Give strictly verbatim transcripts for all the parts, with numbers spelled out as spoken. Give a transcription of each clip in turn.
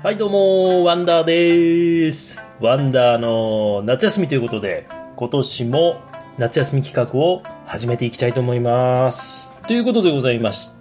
はいどうもワンダーです。ワンダーの夏休みということで、今年も夏休み企画を始めていきたいと思います。ということでございまして、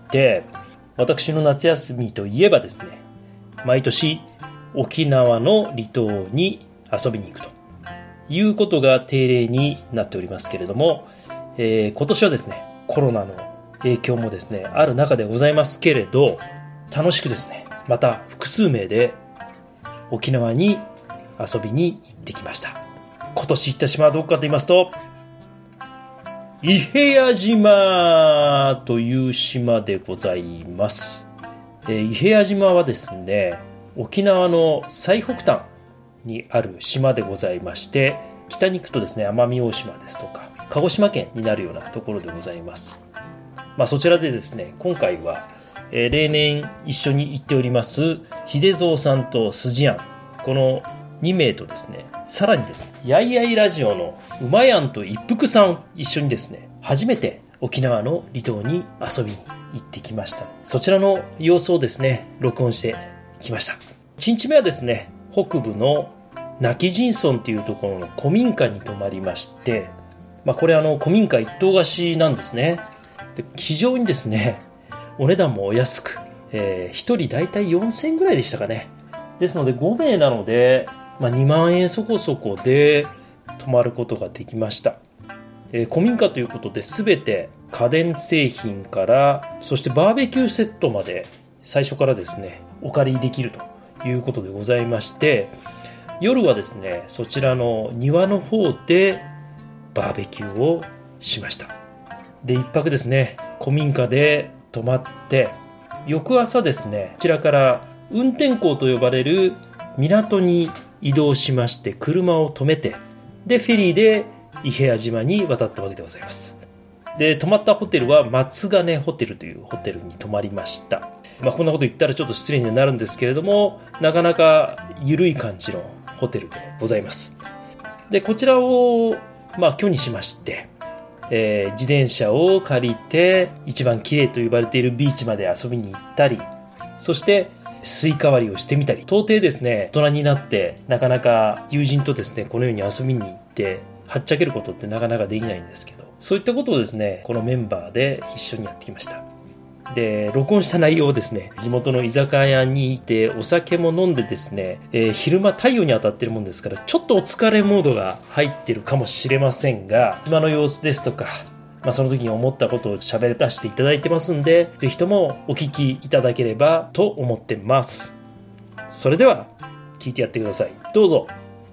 私の夏休みといえばですね、毎年沖縄の離島に遊びに行くということが定例になっておりますけれども、えー、今年はですねコロナの影響もですねある中でございますけれど、楽しくですねまた複数名で沖縄に遊びに行ってきました。今年行った島はどこかと言いますと、伊平屋島という島でございます。えー、伊平屋島はですね沖縄の最北端にある島でございまして、北に行くとですね奄美大島ですとか鹿児島県になるようなところでございます。まあ、そちらでですね今回はえー、例年一緒に行っております秀蔵さんと筋やん、このに名とですね、さらにですねやいやいラジオのうまやんと一服さん一緒にですね初めて沖縄の離島に遊びに行ってきました。そちらの様子をですね録音してきました。いちにちめはですね北部の今帰仁村というところの古民家に泊まりまして、まあ、これあの古民家一棟貸しなんですね。で非常にですねお値段もお安く、えー、ひとりだいたいよんせんえんぐらいでしたかね。ですのでご名なので、まあ、にまんえんそこそこで泊まることができました。えー、古民家ということで全て家電製品からそしてバーベキューセットまで最初からですねお借りできるということでございまして、夜はですねそちらの庭の方でバーベキューをしました。で一泊ですね古民家で泊まって、翌朝ですねこちらから運転港と呼ばれる港に移動しまして、車を止めて、でフェリーで伊平屋島に渡ったわけでございます。で泊まったホテルは松金ホテルというホテルに泊まりました。まあ、こんなこと言ったらちょっと失礼になるんですけれども、なかなか緩い感じのホテルでございます。でこちらをまあ居にしまして、えー、自転車を借りて一番綺麗と呼ばれているビーチまで遊びに行ったり、そしてスイカ割りをしてみたり、到底ですね大人になってなかなか友人とですねこのように遊びに行ってはっちゃけることってなかなかできないんですけど、そういったことをですねこのメンバーで一緒にやってきました。で録音した内容をですね地元の居酒屋にいてお酒も飲んでですね、えー、昼間太陽に当たってるもんですからちょっとお疲れモードが入ってるかもしれませんが、今の様子ですとか、まあ、その時に思ったことを喋らせていただいてますんで、ぜひともお聞きいただければと思ってます。それでは聞いてやってください。どうぞ。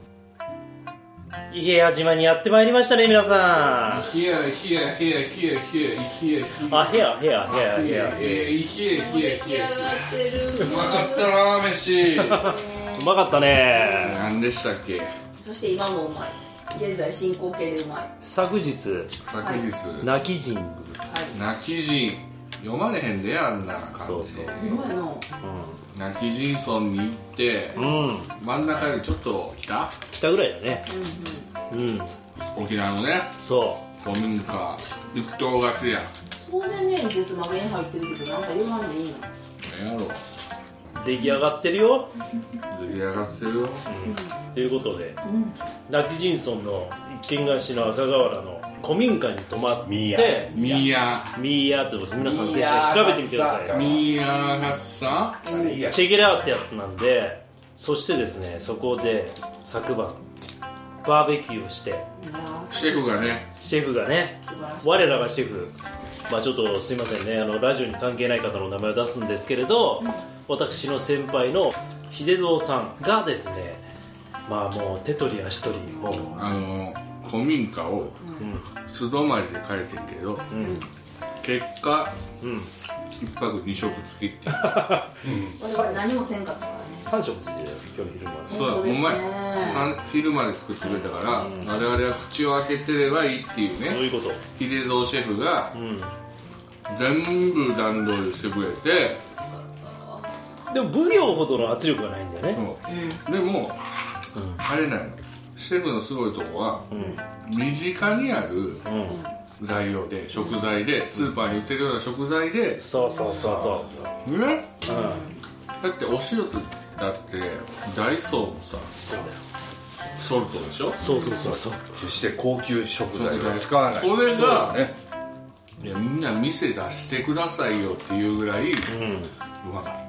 伊平屋島にやってまいりましたね皆さん。 伊平屋伊平屋伊平屋伊平屋伊平屋あへやへやへやへや伊平屋伊平屋伊平屋うまかったな飯うまかったね。 何でしたっけ。 そして今もうまい、現在進行形でうまい。 昨日昨日今帰仁今帰仁読まれへんであんな感じ。 そうそうそう、うまいの。 今帰仁村に行って、 うん、 真ん中よりちょっと北北ぐらいだね。うん、うん、 沖縄のねそう古民家一棟貸しや。 当然ね技術まげに入ってるけどなんか言わんでいいの。 ええやろ出来上がってるよ。 出来上がってるよ、 うん、ということで、 うん、 今帰仁村の一軒貸しの赤瓦の古民家に泊まってミーヤミーヤということで皆さんぜひ調べてみてください。 ミーヤハッサンチェゲラーってやつなんで、そしてですねそこで昨晩バーベキューをして、 シェフがねシェフがね我らがシェフ、まあちょっとすいませんねあのラジオに関係ない方の名前を出すんですけれど、私の先輩の秀蔵さんがですね、まあもう手取り足取りもうあの古民家を素泊まりで借りてるけど、うん、結果、うん、一泊二食付きっていう、 うん、我々何もせんかったからね。 さん食付いてる今日昼まで。 そうだ、お前昼まで作ってくれたから、うん、我々は口を開けてればいいっていうね。 そういうこと。 秀蔵シェフが、うん、全部段取りしてくれて、 でも奉行ほどの圧力がないんだよね。 そう、うん、でも、うん、あれなのシェフのすごいとこは、うん、身近にある、うん材料で食材でスーパーに売ってるような食材で、 そうそうそうそうね、 うん、だってお塩とだってダイソーもさそうだよソルトでしょ。 そうそうそうそう決して高級食材を使わない。 それが、 ね、 いやみんな店出してくださいよっていうぐらい、うん、うまかった。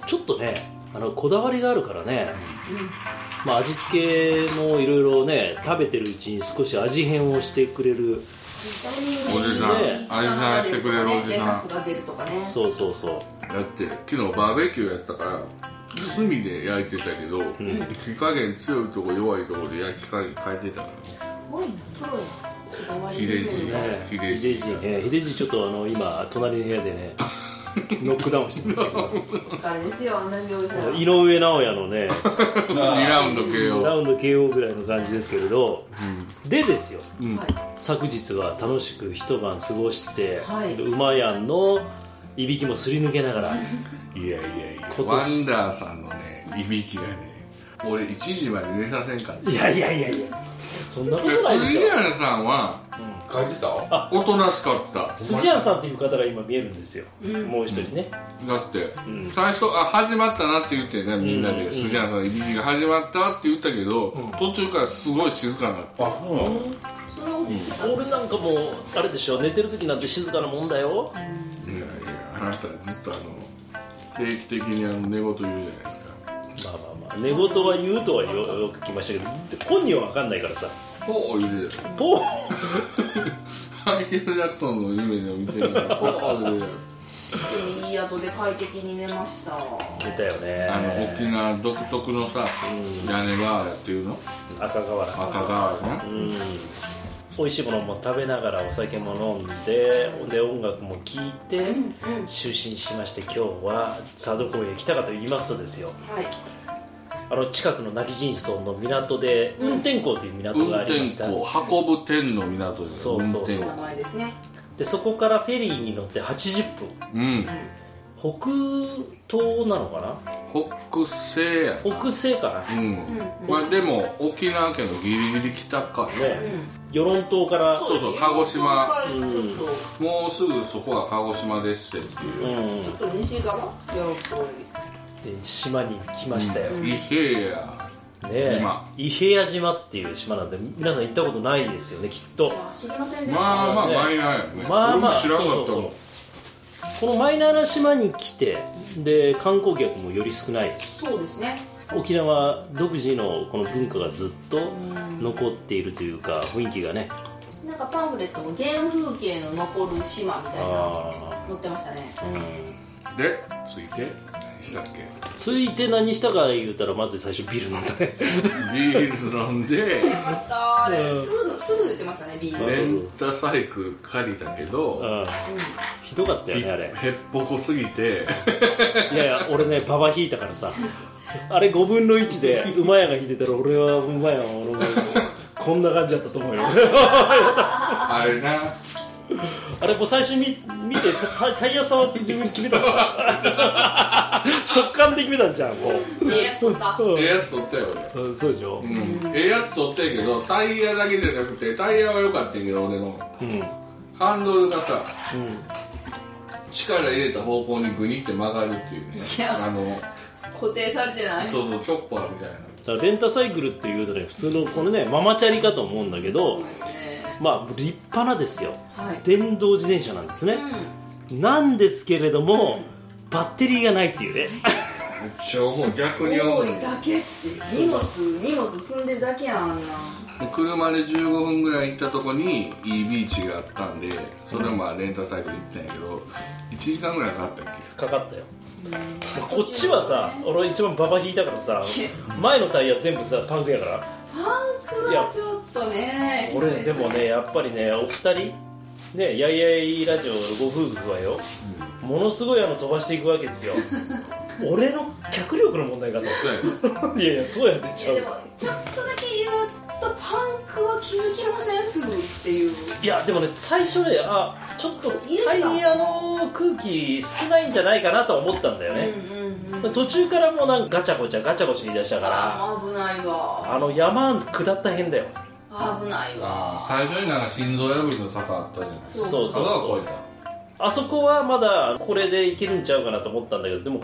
ちょっとねあのこだわりがあるからね、うんまあ、味付けもいろいろね食べてるうちに少し味変をしてくれるおじさん、味さんしてくれるおじさん、 ね、 そうそうそう。 だって昨日バーベキューやったから炭で焼いてたけど、うん、火加減強いとこ弱いとこで焼き加減変えてたからね。 すごいなプロや。 ヒデジヒデジヒデジちょっとあの今隣の部屋でねノックダウンしてますけどお疲れですよ。同じおじさん井上尚弥のねにラウンド ケーオーラウンド ケーオー ぐらいの感じですけれど、うん、でですよ、うん、昨日は楽しく一晩過ごして、はい、馬やんのいびきもすり抜けながらいやいやいやワンダーさんのねいびきがね俺いちじまで寝させんかった。 いやいやいやいやそんなことないでしょ。 杉谷さんは、 うん、書いてたおとなしかった。 杉谷さんっていう方が今見えるんですよ、うん、もう一人ね、 うん、だって、うん、最初あ始まったなって言ってねみんなで、うん、杉谷さんのいびきが始まったって言ったけど、うん、途中からすごい静かになった。あ、そうなの？ うん、俺なんかもうあれでしょ寝てる時なんて静かなもんだよ、 うん、いやいやあなたずっとあの定期的にあの寝言言うじゃないですか。 まあまあまあ寝言は言うとはよく聞きましたけど本人は分かんないからさポー言うてたよポーマイケル・ジャクソンの夢を見てるからポー言うてたよいい宿で快適に寝ました。 寝たよね。 あの沖縄独特のさ、うん、屋根瓦っていうの赤瓦赤瓦ね、 うん、美味しいものも食べながらお酒も飲んでで音楽も聴いて、うんうん、就寝しまして今日は佐渡港へ来たかと言いますとですよ、はい、あの近くの亡き人村の港で運転港という港がありました。 運転港運ぶ天の港です。 そうそうそう名前ですね。 でそこからフェリーに乗ってはちじゅっぷん、うん、北東なのかな北西や北西かな、うんうんまあ、でも沖縄県のギリギリ北かね、うん、与論島からそうそう鹿児島、うん、もうすぐそこは鹿児島ですっていう、 うん、ちょっと西側与論島で島に来ましたよ、 うん、伊平屋ね、伊平屋島っていう島なんで皆さん行ったことないですよねきっと。 知りませんでした。 まあまあマイナーやね。 まあまあ知らなかったもん。 そうそうそうこのマイナーな島に来てで観光客もより少ない。 そうですね。 沖縄独自のこの文化がずっと残っているというか雰囲気がね。 なんかパンフレットも原風景の残る島みたいな載ってましたね。 うん、でついて何したっけ？ ついて何したか言うたらまず最初ビール飲んだねビール飲んでまたあれすぐすぐ言ってましたねビール。 レンタサイクル借りたけど、うん、 ひどかったよねあれ。 へっぽこすぎていやいや俺ねババ引いたからさあれごぶんのいちで馬屋が引いてたら俺は馬屋は俺もこんな感じだったと思うよあれなあれもう最初に見てタイヤ触って自分で決めたから食感で決めたんじゃんもう。 ええやつ取ったええやつ取ったよ俺、 うん、そうでしょ、うん、 ええやつ取ったけどタイヤだけじゃなくてタイヤは良かったけど俺の、うん、ハンドルがさ、うん、力入れた方向にグニって曲がるっていうね。 いやあの固定されてない。 そうそうチョッパーみたいな。 だからレンタサイクルっていうとね普通のこのねママチャリかと思うんだけど、そうですね、まあ立派なですよ、はい、電動自転車なんですね、うん、なんですけれども、うん、バッテリーがないっていうねめっちゃ重い逆に重いだけって荷物荷物積んでるだけやんあんな。 車でじゅうごふんぐらい行ったとこにいいビーチがあったんでそれはまあレンタサイクル行ったんやけどいちじかんぐらいかかったっけ。 かかったよ。こっちはさ俺一番ババ引いたからさ前のタイヤ全部さパンクやから。 パンクはちょっとね。 俺でもねやっぱりねお二人ねやいやいラジオご夫婦はよ、うん、ものすごいあの飛ばしていくわけですよ俺の脚力の問題かと。いやいやそうやね。 ちゃう。でもちょっとだけ言うとパンクは気づきませんすぐっていう。 いやでもね最初ねあちょっとタイヤの空気少ないんじゃないかなと思ったんだよね、うんうんうん、途中からもうなんかガチャゴチャガチャゴチャ言い出したからあ危ないわ。 あの山下った辺だよ。 危ないわ。 最初になんか心臓破りの坂あったじゃない。 そうそうそう。 そうあそこはまだこれでいけるんちゃうかなと思ったんだけどでも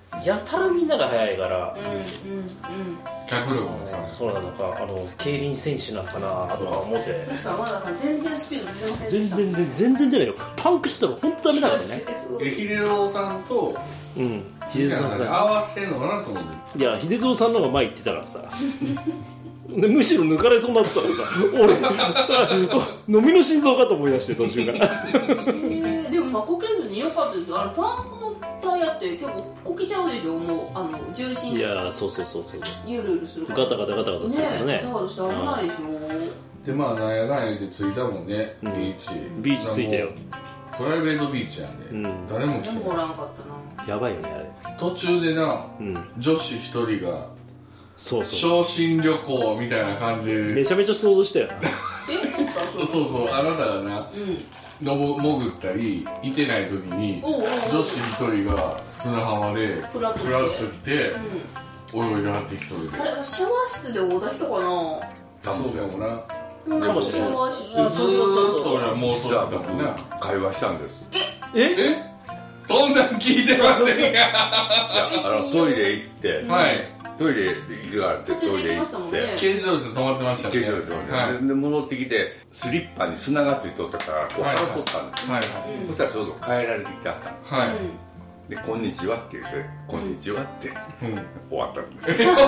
やたらみんなが速いからうんうんうん脚力もさそうなのかあの競輪選手なんかなとか思って確かにまだ全然スピード出てませんで全した然全然全然出ないよパンクしたら本当ダメだからねえ秀蔵さんとうん秀蔵さん合わせてんのかなと思っていや秀蔵さんの方が前行ってたからさでむしろ抜かれそうになったからさ俺飲みの心臓かと思い出して途中からえー、でもまあこけずによかったですよあのパンクのタイヤって結構こけちゃうでしょもうあの重心いやそうそうそうそうゆるゆるするからガタガタガタガタするからねねガタガタして危ないでしょでまあなんやかんや言って着いたもんね、 うんビーチビーチ着いたよプライベートビーチやんで、 うん誰も来てでもおらんかったなやばいよねあれ途中でなうん女子一人がそうそう昇進旅行みたいな感じでめちゃめちゃ想像したよなえ本当そうそうそうあなたがなうんのぼ潜ったりいてない時におうおうおう女子一人が砂浜でプラッと来てプラッと来てうん泳いではって一人であれシャワー室で会うた人かなそうかもなうんかもしれないシャワー室あずそうそうそうーっと俺は妄想して実はたもんな僕会話したんです。 ええそんなん聞いてませんがいやあのトイレ行って、 はいトイレ行くからってトイレ行っ途中で行きましたもんねて。 軽自動車止まってましたね結局ですよね、 はいで戻ってきてスリッパに砂がついとったからこうはい払っとったんです、 はいうんそしたらちょうど帰られてきてあったはい、 うんで「こんにちは」って言って「こんにちは」ってうん終わったんですだけかい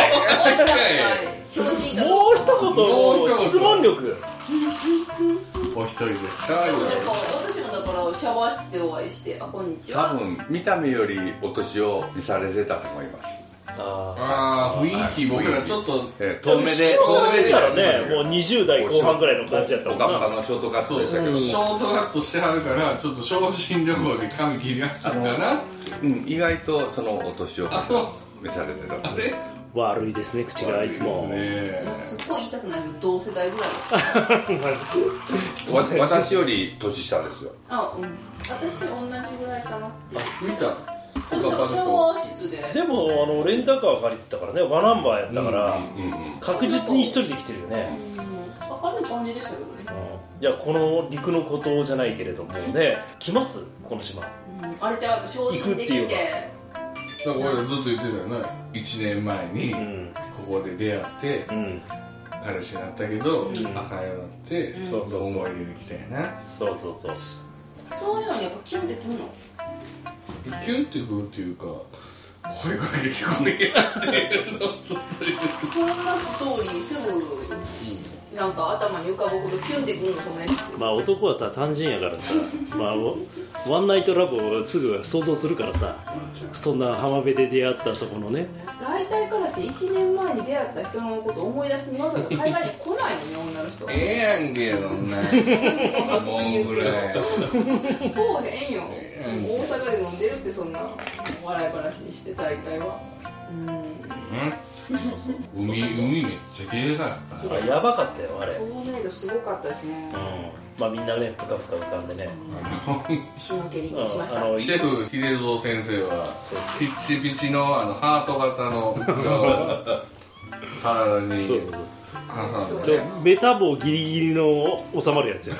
昇進かもう一もう一言言質問力お一人ですかなんか私もだからシャワー室でお会いして「あこんにちは」 多分見た目よりお年を見されてたと思いますあああ雰囲気僕らちょっとえー遠目で遠目で見たらね遠目でもうにじゅう代後半ぐらいの感じやったもんおかっぱなのショートカッそうトでしたけど、 ショートカットしてはるからちょっと昇進旅行で髪切り合ったんかなうん、意外とそのお年をあそう召されてたあれ悪いですね口がいつもねすっごい言いたくないけど同世代ぐらいわ私より年下ですよ。 あうん私同じぐらいかなって見たシャワー室ででもあのレンタカー借りてたからねワナンバーやったから、 うんうんうん、 確実に一人で来てるよね、 明るい感じでしたけどねうんいやこの陸の孤島じゃないけれどもね来ますこの島うんあれじゃあ昇進でき行くっててだから俺らずっと言ってたよねいちねんまえにうんここで出会ってうん彼氏になったけどん赤ようになってうんそうそうそう思い出できたよなそうそうそうそういうのにやっぱキュンってくるのキュンってくるっていうか声かけてこれやってるのちょっと言うそんなストーリーすぐなんか頭に浮かぶほどキュンってくるのごめんですよまあ男はさ単純やからさまあワンナイトラブをすぐ想像するからさそんな浜辺で出会ったそこのね大体からしていちねんまえに出会った人のことを思い出してわざわざ海外に来ないのに女の人はええやんけそんなもうぐらいこうへんようん大阪で飲んでるってそんな笑い話にして大体はうん海海めっちゃ綺麗だったあやばかったよあれ透明度すごかったですねうんまあみんなねぷかぷか浮かんでねシュノーケリンうんグしましたあのシェフ秀蔵先生はそうピッチピチのあのハート型の服を体にそうそうそう挟んでちょメタボギリギリの収まるやつや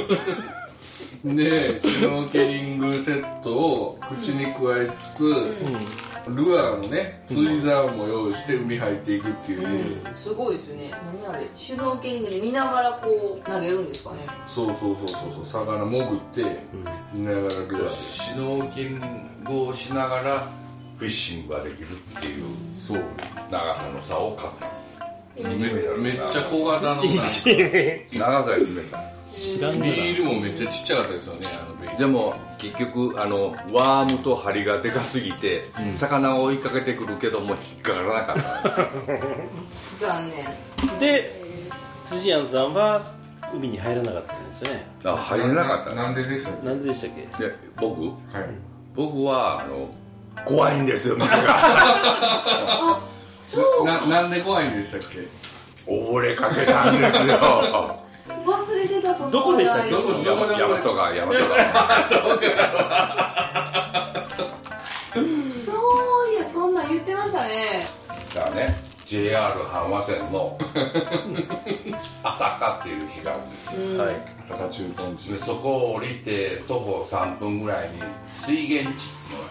でシュノーケリングセットを口に加えつつ、ルアーのね釣り竿も用意して海入っていくっていうね、 うんすごいですよね何あれシュノーケリングで見ながらこう投げるんですかねそうそうそうそうそう魚潜って見ながらルアーでシュノーケリングをしながらフィッシングができるっていうそう長さの差を買っためめっちゃ小型の一名長さですね知らんビねールもめっちゃちっちゃかったですよねあのビールでも結局あのワームと針がでかすぎて、うん、魚を追いかけてくるけども引っかからなかったんです残念で辻庵さんは海に入らなかったんですよねあ入れなかったなんででしたっけなんででしたっけで僕はい僕はあの怖いんですよ水があそうななんで怖いんでしたっけ溺れかけたんですよ忘れてたそのどこでしたっけ話どこ大和川大和川そういやそんなん言ってましたねだからね ジェイアール 阪和線の朝霞っていう日があるんですよ、 うんはい朝霞駐屯地でそこを降りて徒歩さんぷんぐらいに水源地っていうのが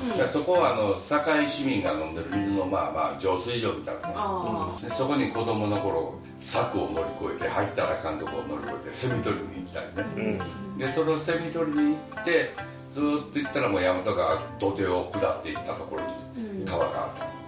うん、 でそこはあの堺市民が飲んでる水のまあまあ浄水場みたいなね、 あでそこに子供の頃柵を乗り越えて入ったらあかんとこを乗り越えてセミ取りに行ったりね、 うん、 でそのセミ取りに行ってずーっと行ったらもう大和川土手を下っていったところに川があった、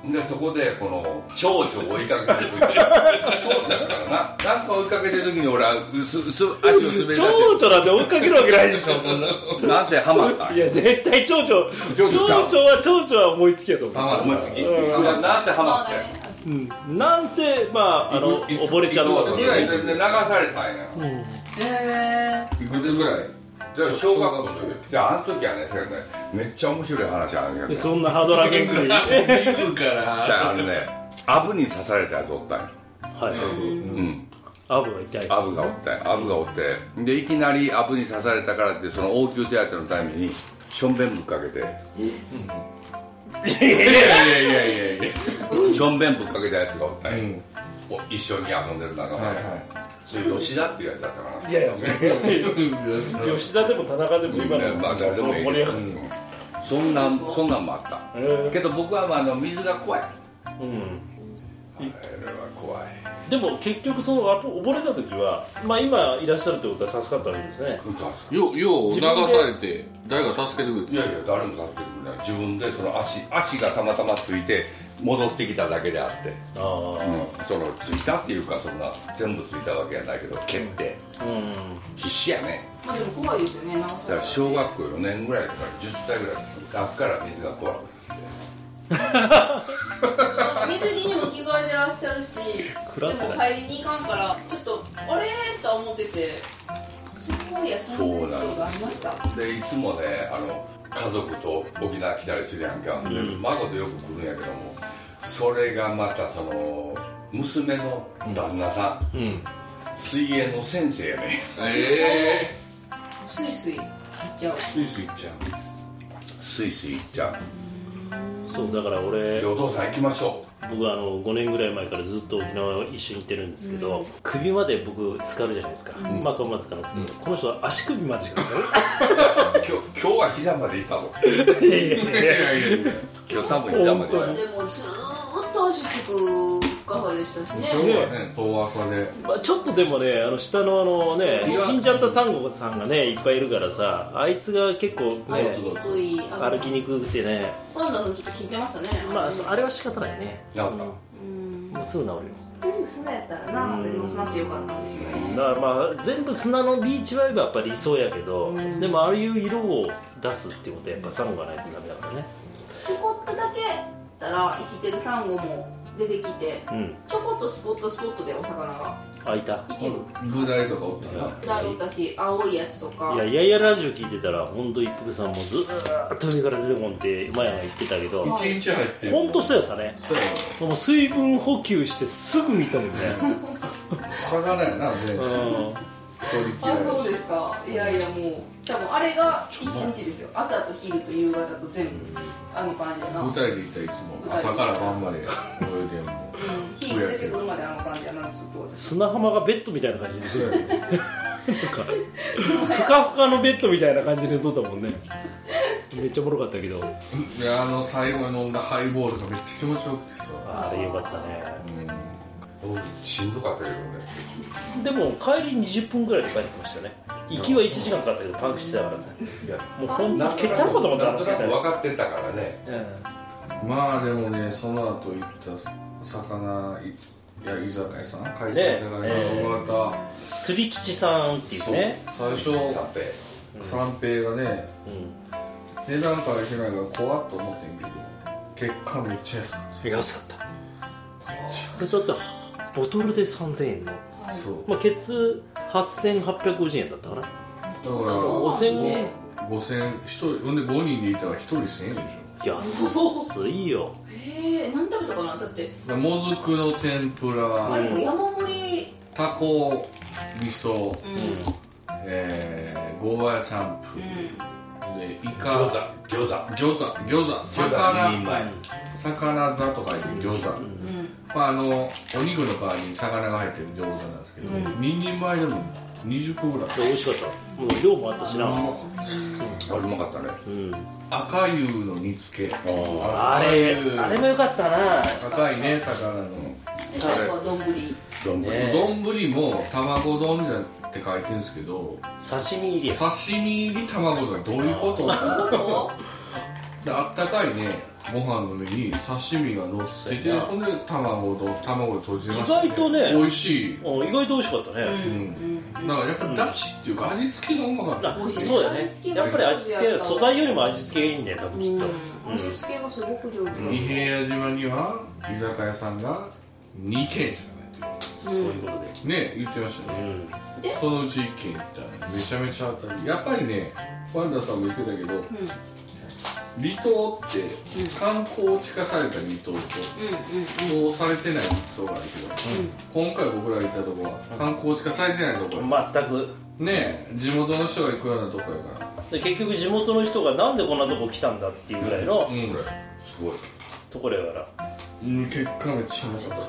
でそこでこの蝶々を追いかけてる時に蝶々だからななんか追いかけてる時に俺は薄々足を滑り出して蝶々なんて追いかけるわけないでしょなんせハマったんいや絶対蝶々蝶々は蝶々は思いつきやと思うんですよ思いつき、 うん、 なんせハマって、 うん、なんせまああの溺れちゃうぐらいで流されたんや、 うん、 へいくつぐらいじゃあ小学校の時であの時はねめっちゃ面白い話あるんやけどそんなハードラーゲンクに自らじゃああのねアブに刺されたやつおったんやはい、 うん、 アブが痛いアブがおったんやアブがおってでいきなりアブに刺されたからってその応急手当のためにしょんべんぶっかけて、うんいやいやいやいやいやしょんべんぶっかけたやつがおったんや、 うん、 一緒に遊んでる仲間で、はいはい、それ吉田っていうやつだったかな。 いやいや吉田でも田中でも今の、 うん、まあ誰でもいいけど、うん、そんなそんなんもあった、えー、けど僕はまああの水が怖い、うん、あれは怖い。 でも結局その溺れた時はまあ今いらっしゃるってことは助かったわけですね。 よよう流されて誰が助けてくれる？ いやいや誰も助けてくれない。自分でその足足がたまたまついて戻ってきただけであって、あ、うん、そのついたっていうかそんな全部ついたわけじゃないけど蹴って、うん、必死やね。 まあでも怖いですよね。だから小学校よねんぐらいからじゅっさいぐらいだから水が怖くなって。 水着にも着替えてらっしゃるし、でも入りに行かんからちょっとあれと思ってて、すごい優しい印象がありました。 でいつもねあの家族と沖縄来たりするやんか、うん、孫とよく来るんやけども、それがまたその娘の旦那さん、うん、水泳の先生やね。 えー、スイスイ行っちゃう。 スイスイ行っちゃう。 スイスイ行っちゃう。 そうだから俺お父さん行きましょう。僕はあのごねんぐらい前からずっと沖縄一緒に行ってるんですけど、うん、首まで僕浸かるじゃないですか、うん、まあこれまで浸かるんですけど、うん、この人は足首までしか浸かる今日今日は膝まで行ったの。いやいやいやいや今日多分膝まで行った。 でもずーっと足つく深さでしたしね。 今日はね遠浅で、 まあ、ちょっとでもねあの下のあのね死んじゃったサンゴさんがねいっぱいいるからさ、あいつが結構ね歩きにくい歩きにくくてね。 パンダさんちょっと聞いてましたね。 まああれは仕方ないね。 治った。 うん、 もうすぐ治るよ。 全部砂やったらな、でもマジ良かったんですよね。 だからまあ全部砂のビーチはやっぱ理想やけど、うん、でもああいう色を出すっていうことはやっぱサンゴがないとダメだからね。 ちょこっとだけたら生きてるサンゴも出てきて、うん、ちょこっとスポットスポットでお魚があいた。 一部ブダイとかおったな。 ブダイおったし青いやつとか。 いやいやいやラジオ聞いてたら本当一服さんもずーっと上から出てこんって前は言ってたけど、 一日入ってる。 本当そうやったね。そうや。もう水分補給してすぐ見たもんね。 魚やな全然。 あ、そうですか。いやいやもう多分あれが一日ですよ。朝と昼と夕方と全部あの感じやな。 舞台でいたいつも朝から晩まで泳いでも。 日が出てくるまであの感じやな。 砂浜がベッドみたいな感じで出てる。なんかふかふかのベッドみたいな感じで撮ったもんね。めっちゃおもろかったけど。 いやあの最後に飲んだハイボールがめっちゃ気持ちよくてさ。 あれよかったね。 うん、しんどかったけどね。 でも帰りにじゅっぷんぐらいで帰ってきましたね。行きはいちじかんかかったけどパンクしてたからね。いやもうほんと蹴ったのかと思ったらなんとなく分かってたからね。 うん、まあでもねその後行った魚いや居酒屋さん海鮮居酒屋さんがまた釣り吉さんっていうね。 最初三平三平がね、うん、値段からしてないから怖っと思ってんけど結果めっちゃ安かった。 安かった。これだってボトルでさんぜんえんの、そう、まあ、ケツはっせんはっぴゃくごじゅうえんだったかな。だからごせんえんごせんえんひとりほんでごにんでいたらひとりせんえんでしょ。 安いよ。 へえ、何食べたかな。だってもずくの天ぷら、 あれも山盛り、 タコ味噌、うん、えー、ゴーヤチャンプ、うん、でイカ餃子餃子餃子餃子魚魚座とか言って餃子、うん、まああのお肉の代わりに魚が入ってる餃子なんですけど、うん、ににんまえでもにじゅっこぐらい美味しかった。もう量もあったしな、うん、 あれうまかったね、 うん、 赤湯の煮付け、 あれあれもよかったな。 赤いね魚の。 で最後は丼丼ね丼も卵丼じゃって書いてるんですけど、 刺身入りや。 刺身入り卵丼どういうこと？であったかいねご飯の上に刺身が乗ってて、ほんで卵と卵で閉じましたね。 意外とね美味しい。 意外と美味しかったね。 うん。だからやっぱだしっていうか味付けがうまかった。 あ、そうだね。やっぱり味付け、素材よりも味付けがいいんだよ多分きっと。 味付けがすごく上手。 伊平屋島には居酒屋さんがにけんしかないっていう。 そういうことで。 ね言ってましたね。そのうちいっけん行ったらめちゃめちゃ当たり。やっぱりねワンダさんも言ってたけど。離島って観光地化された離島とそうされてない離島があるけど、今回僕ら行ったとこは観光地化されてないとこや全くねえ地元の人が行くようなとこやからで結局地元の人がなんでこんなとこ来たんだっていうぐらいの、うん、 すごいところやから、 うん、結果めっちゃ面白かった、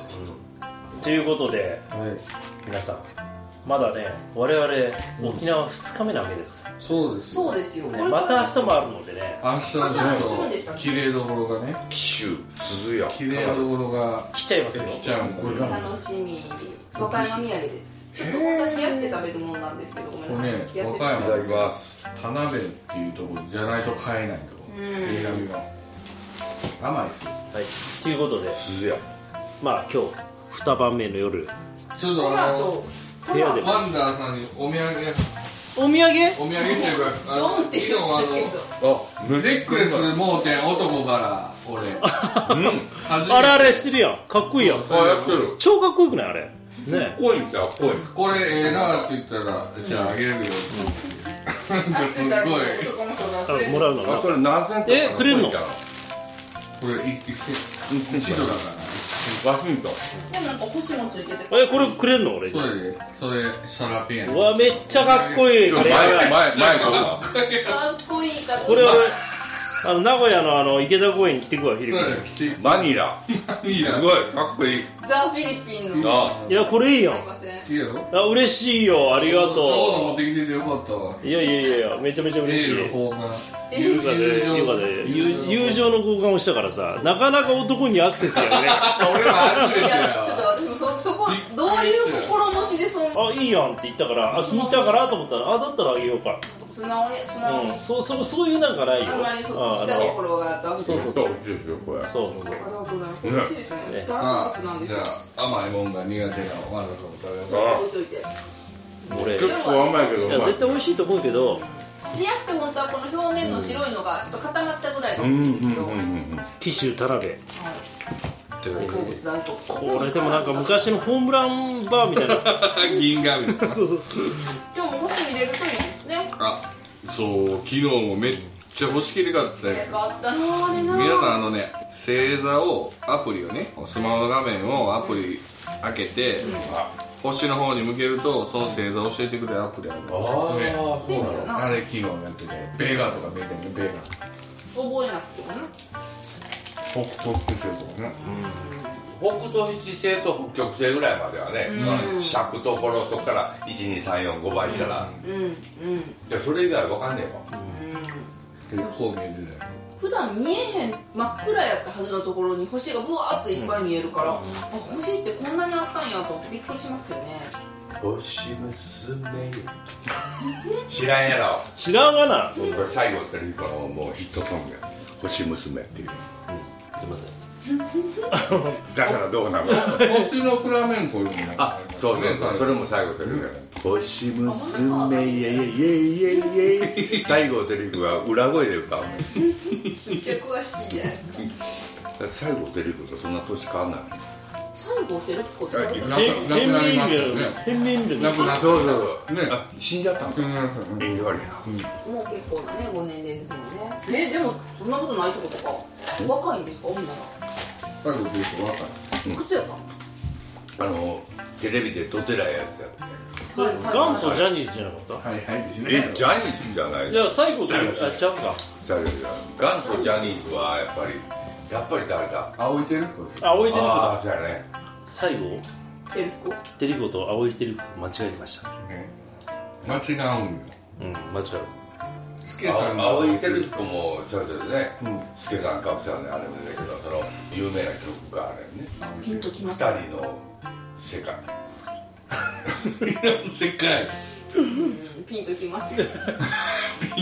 うん、ということで、はい、皆さんまだね我々沖縄ふつかめなわけです、 うん、そうですよそうですよ、ね、 また明日もあるのでね明日はちょっと綺麗どころがね紀州鈴屋綺麗どころが来ちゃいますよ来ちゃうこれ楽しみ和歌山土産ですちょっと本当は冷やして食べるものなんですけどごめんなさい、 これね和歌山いただきます田辺っていうところじゃないと買えないところ苦味が甘いですよはいということで鈴屋まあ今日にばんめの夜ちょっとあの部屋でワンダーさんにお土産お土産お土産っていうかドンって言うんだけどあネックレス盲点男から俺うんあれあれしてるやんかっこいいやんあやってる超かっこよくないあれねかっこいいんちゃうかっこいいこれええなって言ったらじゃああげるけどなんかすごいあもらうのあこれ何セントえくれるのこれいちドだからワシントンでもなんか星もついててえこれくれるの俺それでそれサラピンやうわめっちゃかっこいいこれ前前前かっこいいからこれ俺あの名古屋のあの池田公園に来てくわフィリピンマニラすごいかっこいいザ・フィリピンのいやこれいいやんいいやろあ嬉しいよありがとうちょうど持ってきててよかったわいやいやいやめちゃめちゃ嬉しいエール交換優雅で優雅で友情の交換をしたからさなかなか男にアクセスやね俺は初めていややちょっと私も そ, そこどういう心持ちでそんあいいやんって言ったからあ気に入ったからと思ったらあだったらあげようか素直に素直に、 うん、そうそうそういうなんかないよあんまりそう下心があったわけそうそうそう美味しいですよこれそうそうそうありがとうございます美味しいですねさあじゃあ甘いもんが苦手なワンダさんも食べましょう置いといて俺結構甘いけどいや絶対美味しいと思うけど冷やして本当はこの表面の白いのがちょっと固まったぐらいが美味しいんですけど紀州田辺好物大好これでもなんか昔のホームランバーみたいな銀紙みたいなそうそう今日も星見れるといいですねあそう昨日もめっちゃ欲しきりかったよよかったなあれな皆さんあのね星座をアプリをねスマホの画面をアプリ開けて、うん、星の方に向けるとその星座を教えてくれるアプリあるのおすすめあれ昨日やっててベガとかベガねベガ覚えなくてもね北斗七星とかね、 うん、北斗七星と北極星ぐらいまではね、うん、尺ところそこからいちにさんよんごばいしたら、うんうん、いやそれ以外わかんねえわ、 うん、結構見えてない普段見えへん真っ暗やったはずのところに星がブワーッといっぱい見えるから、うん、あ星ってこんなにあったんやと思ってびっくりしますよね星娘知らんやろ知らんがなこれ最後テレビのもうヒットソングや星娘っていう、 うん、すいませんだからどうなの星のフラメンコいうのあそうそうそうそれも最後テレビや星娘イエイイエイイエイイエイ最後テレビは裏声で歌うのめっちゃ詳しいじゃないですか最後テレビとそんな年変わんない最後テレビとかなくなりましたよね変面でなくなったそうそうね死んじゃったんだ縁起悪いなもう結構なねご年齢ですもんねえでもそんなことないってことか若いんですかみんなら最後テレビ若いいくつやったあのテレビで撮ってないやつやってはいはいはい元祖ジャニーズじゃなかったはいはいえジャニーズじゃないいや最後とあちゃうか元祖ジャニーズはやっぱりやっぱり誰だ青いテレビ青いテレビああそうやね最後テレコテレコと青いテレコ間違えてました間違うんようん間違うスケさんが青井輝彦もそれぞれね、うん、スケさんカプさんのあれもだけど、その有名な曲があるよね。 ピンときました。 二人の世界二人の世界、 うん、ピンときますよ。ピン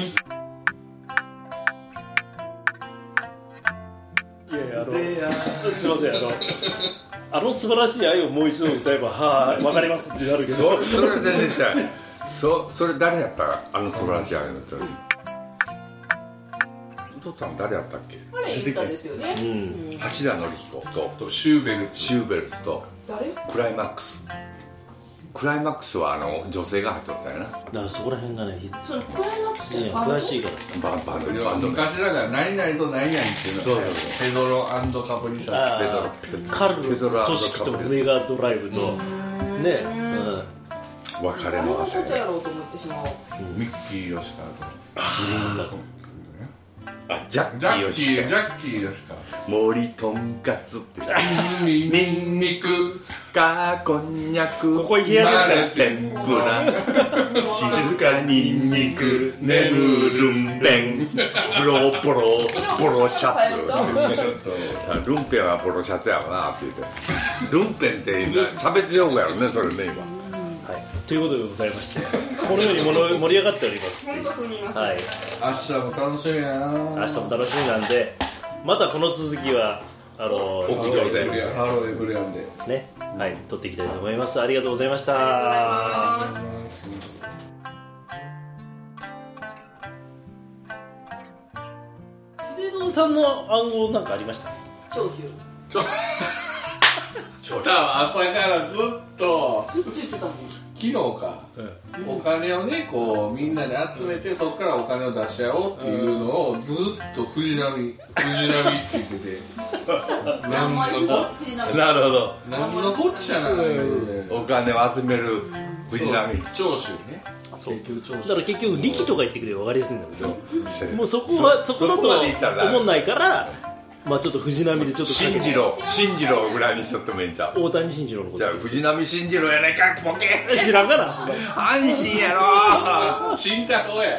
いやいや、あのすいません、あのあの素晴らしい愛をもう一度歌えばはぁ、わかりますってなるけど、 そ, それ全然ちゃう。そ, それ誰やったか、あの素晴らしい愛の歌。歌ったの誰やったっけ。 あれ言ったんですよね、うん、 橋田紀彦 と, とシューベルツシューベルツと誰クライマックス。クライマックスはあの女性が入っとったよな。 だからそこら辺がね、 そのクライマックスって詳しいからさ、 バンバンバンド昔だから何々と何々っていうのは、そうそうそう、ペドロ&カプリシャス、ペドロカルロストシキとメガドライブとね、 うん、別れの汗。 誰のことやろうと思ってしまう。 ミッキー吉川とあ、ジャッキー吉川、 ジャッキー吉川、 森とんかつってニンニクかこんにゃく、 ここ部屋ですね、 天ぷら静かにんにく眠るんぺん、ボロボロボロシャツルンペンはボロシャツやろなって言ってルンペンって差別用語やろね、それね今。 はい、ということでございまして、このように盛り上がっております。 本当すみません、 はい、 明日も楽しみやな。 明日も楽しみなんで、またこの続きはあの次回でハローエブリアンでね、はい、撮っていきたいと思います。ありがとうございました。 ありがとうございます。 秀蔵さんの暗号なんかありました？ 長州。 朝からずっとずっと言ってたもん。 昨日か、うん、お金をねこうみんなで集めて、そこからお金を出し合おうっていうのをずっと藤波藤波って言ってて何枚言うの藤波。 なるほど。 何のこっちゃな、 お金を集める藤波長州ね。 そうだから結局力とか言ってくれば分かりやすいんだけど、もうそこはそこだと思んないから、まあちょっと藤波でちょっと新次郎新次郎ぐらいにしとってもいいんちゃう。 大谷新次郎のことじゃあ藤波新次郎やないかボケ。 知らんかな。 阪神やろ。 新太郎や。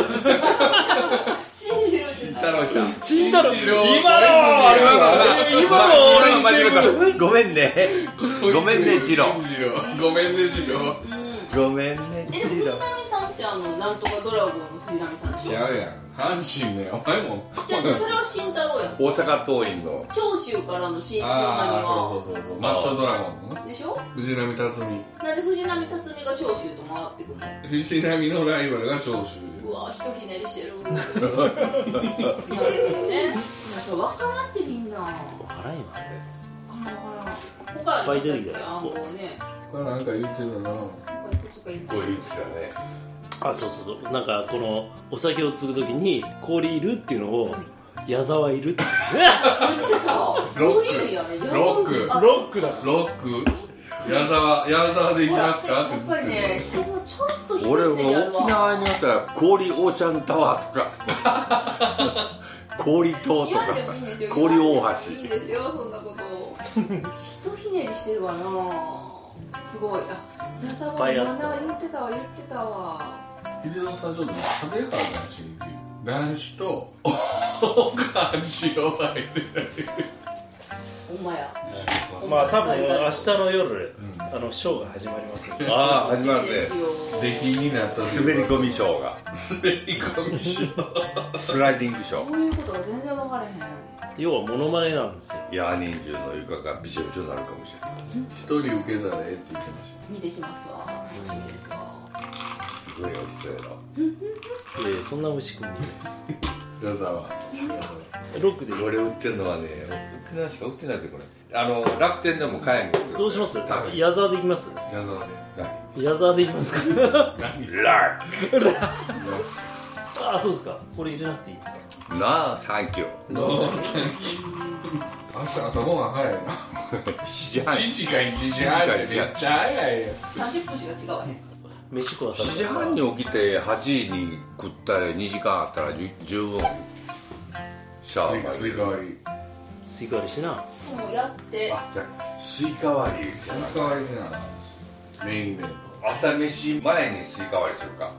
新太郎ちゃん。 新太郎。今の今の俺に間違えた。ごめんね。ごめんね次郎。 ごめんね次郎。 ごめんね次郎。藤波さんってあのなんとかドラゴンの藤波さんでしょ。 違うやん。阪神ね、お前も。 じゃあそれは新太郎やん。 大阪桐蔭の長州からの新藤波は。そうそうそうそう。マッチョドラゴンの。 でしょ。 藤波辰巳。 なんで藤波辰巳が長州と回ってくるの。 藤波のライバルが長州。 うわ、ひとひねりしてる。なるほどね。それ分からんってみんな。 分からんよあれ。 分からん分からん。他ありましたっけ暗号ね。 他なんか言ってるな。 他いくつか言ってたね。 あ、そうそうそう、なんかこのお酒を継ぐときに氷いるっていうのを矢沢いるって言ってた。 ロックロックロックだロック矢沢矢沢でいきますかってやっぱりね、人そちょっと俺も沖縄におったら氷オーシャンタワーとか氷島とか氷大橋。 いいですよそんなことひとひねりしてるわな。すごい。あ、矢沢は言ってたわ言ってたわ。 秀蔵さんちょっと家庭から男子に男子とお感じを入ってたお前や。 まあ多分明日の夜、うん、あのショーが始まりますよ。 ああ始まるね。 出禁になった滑り込みショーが滑り込みショースライディングショー。 そういうことが全然分からへん。 要はモノマネなんですよ。 いや人中の床がびしょびしょになるかもしれない。 一人受けたらええって言ってました。 見てきますわ。楽しみですわ。 すごい美味しそうやろ。 いやいやそんな美味しく見えないです。 矢沢ロックでこれ売ってるのはね沖縄しか売ってないですよこれ。あの楽天でも買えんの。 どうします？矢沢でいきます？ 矢沢で矢沢でいきますか？ ラックあ、そうですか。これ入れなくていいですか？ なあサンキュー。 なあサンキュー。朝朝ごはん早いな。 しちじはん。 しちじかいちじはんってめっちゃ早いよ。 さんじゅっぷんしか違わへん。 飯食わされしちじはんに起きてはちじに食ったらにじかんあったら十分シャワーがスイカ割りスイカ割りしな。 もうやってあ、じゃあスイカ割りスイカ割りしなメインイベント。 朝飯前にスイカ割りするか。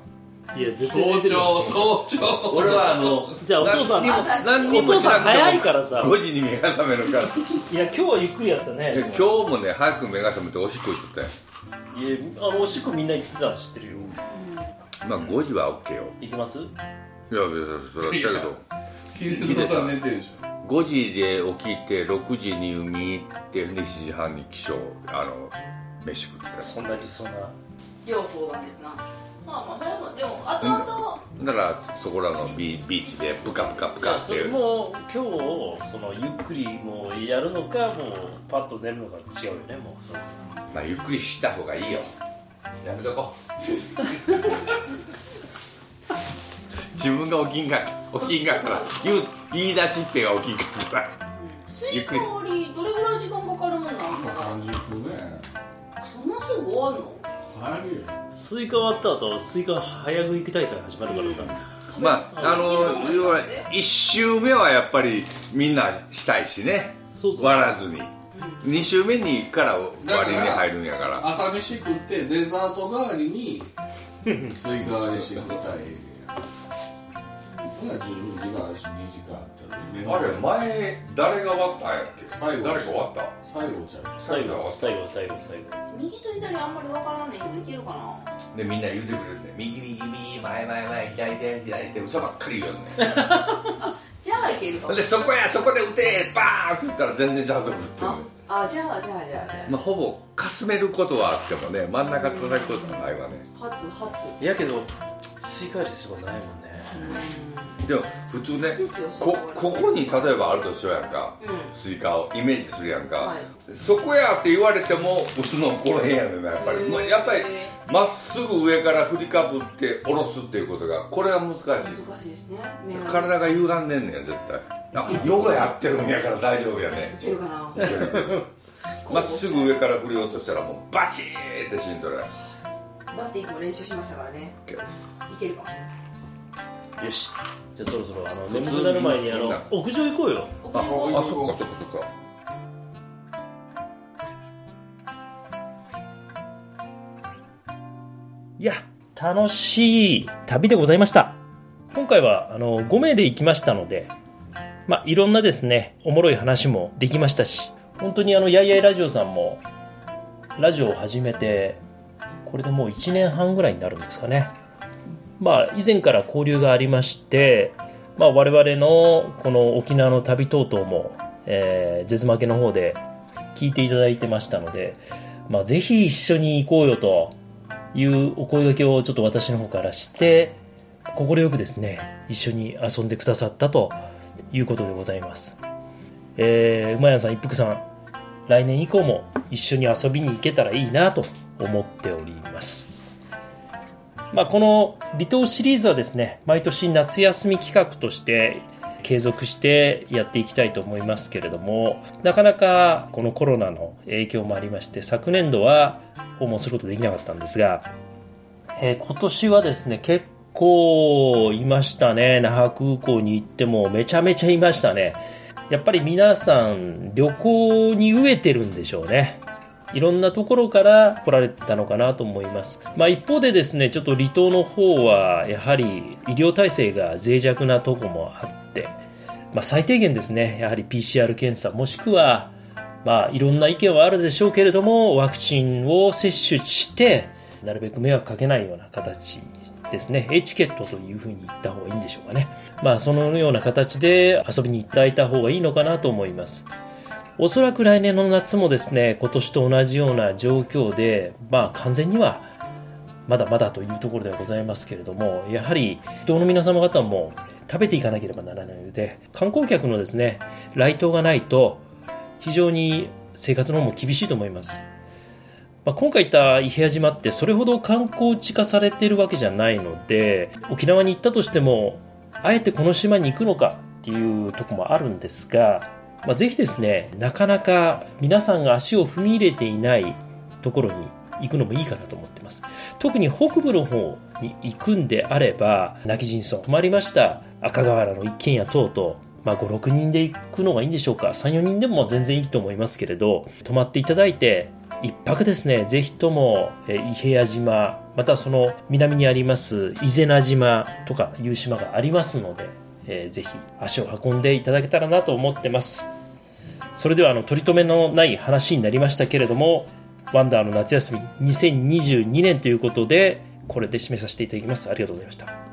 いや絶対寝早てる朝早朝俺はあのじゃあお父さん何にも何にもしなくてもお父さん早いからさごじに目が覚めるからいや今日はゆっくりやったね。 今日もね早く目が覚めておしっこ行っとったよ。 いやあのおしっこみんな行ってたの知ってるよ。 まあごじは OK よ。 行きます？ いや別にそれはだけどヒデさん寝てるでしょ。 ごじで起きてろくじに海行ってでしちじはんに起床あの飯食った。 そんな理想な要相談ですな。まあまあそれもでも後々、 うん、だからそこらのビビーチでプカプカプカってそれも今日そのゆっくりもうやるのかもうパッと寝るのか違うよね。もうまあゆっくりした方がいいよ。やめとこう自分が起きんか起きんかったら言う言い出しっぺが起きんかったらゆっくり終わりどれぐらい時間かかるもんなんですか？ さんじゅっぷんぐらい。 そんなすぐ終わるの？ 早いよ。 スイカ終わった後スイカ早食い大会始まるからさ、 うん、 まああの要はいち周目はやっぱりみんなしたいしね。 そうそう割らずにに周目にから割りに入るんやから朝飯食ってデザート代わりにスイカ割りして食ったらええやん。ほな十分時間あるしにじかんあったらあれ前誰が割ったんやっけ？ 最後誰か割った最後ちゃう。 最後最後最後最後右と左あんまり分からんねんけどいけるかな。 でみんな言うてくれるね。右右右前前前左手左手嘘ばっかり言うよねあじゃあいけるかも。 でそこやそこで打てバーンって言ったら全然ちゃんと打ってるね。 ああじゃあじゃあじゃあじゃあ、 まあ、ほぼかすめることはあってもね真ん中叩くことはないわね。 初初いやけどスイカ割りすることないもんね。 でも普通ねですよこここに例えばあるとしようやんか、 うんスイカをイメージするやんか、 はいそこやって言われても打つのこの辺やねんやっぱり、 へーまあやっぱりまっすぐ上から振りかぶって下ろすっていうことがこれは難しい。 難しいですね。目が体が歪んでんねん絶対。あヨガやってるんやから大丈夫やね。 いけるかな。 まっすぐ上から振り落としたらもうバチーってしんどる。 バッティングも練習しましたからね。 OK です。 いけるかもしれない。 よしじゃあそろそろあの眠くなる前にあの屋上行こうよ。 ああそっかそっかそっか。 いや楽しい旅でございました。今回はあのごめいで行きましたので、まあいろんなですねおもろい話もできましたし、本当にあのやいやいラジオさんもラジオを始めてこれでもういちねんはんぐらいになるんですかね。まあ以前から交流がありまして、まあ、我々のこの沖縄の旅等々も、えー、ゼズマケの方で聞いていただいてましたので、まあ、ぜひ一緒に行こうよというお声掛けをちょっと私の方からして快くですね一緒に遊んでくださったということでございます。えー、馬屋さん一服さん来年以降も一緒に遊びに行けたらいいなと思っております。まあ、この離島シリーズはですね毎年夏休み企画として継続してやっていきたいと思いますけれども、なかなかこのコロナの影響もありまして昨年度は訪問することできなかったんですが、えー、今年はですね結構いましたね。那覇空港に行ってもめちゃめちゃいましたね。やっぱり皆さん旅行に飢えてるんでしょうね。いろんなところから来られてたのかなと思います。まあ一方でですねちょっと離島の方はやはり医療体制が脆弱なとこもあって、まあ、最低限ですねやはり ピーシーアール 検査もしくはまあいろんな意見はあるでしょうけれどもワクチンを接種してなるべく迷惑かけないような形ですねエチケットというふうに言った方がいいんでしょうかね。まあそのような形で遊びに行ってあげた方がいいのかなと思います。おそらく来年の夏もですね今年と同じような状況で、まあ完全にはまだまだというところではございますけれども、やはり離島の皆様方も食べていかなければならないので観光客のですね来島がないと非常に生活の方も厳しいと思います。まあ、今回行った伊平屋島ってそれほど観光地化されているわけじゃないので沖縄に行ったとしてもあえてこの島に行くのかっていうところもあるんですが、まあ、ぜひですねなかなか皆さんが足を踏み入れていないところに行くのもいいかなと思ってます。特に北部の方に行くんであれば泣き人村泊まりました赤瓦の一軒家等々、まあ、ご、ろくにんで行くのがいいんでしょうか。さん、よにんでも全然いいと思いますけれど泊まっていただいて一泊ですね、ぜひとも、えー、伊平屋島、またその南にあります伊是名島とかいう島がありますので、えー、ぜひ足を運んでいただけたらなと思ってます。それではあの取り留めのない話になりましたけれども、ワンダーの夏休みにせんにじゅうにねんということでこれで締めさせていただきます。ありがとうございました。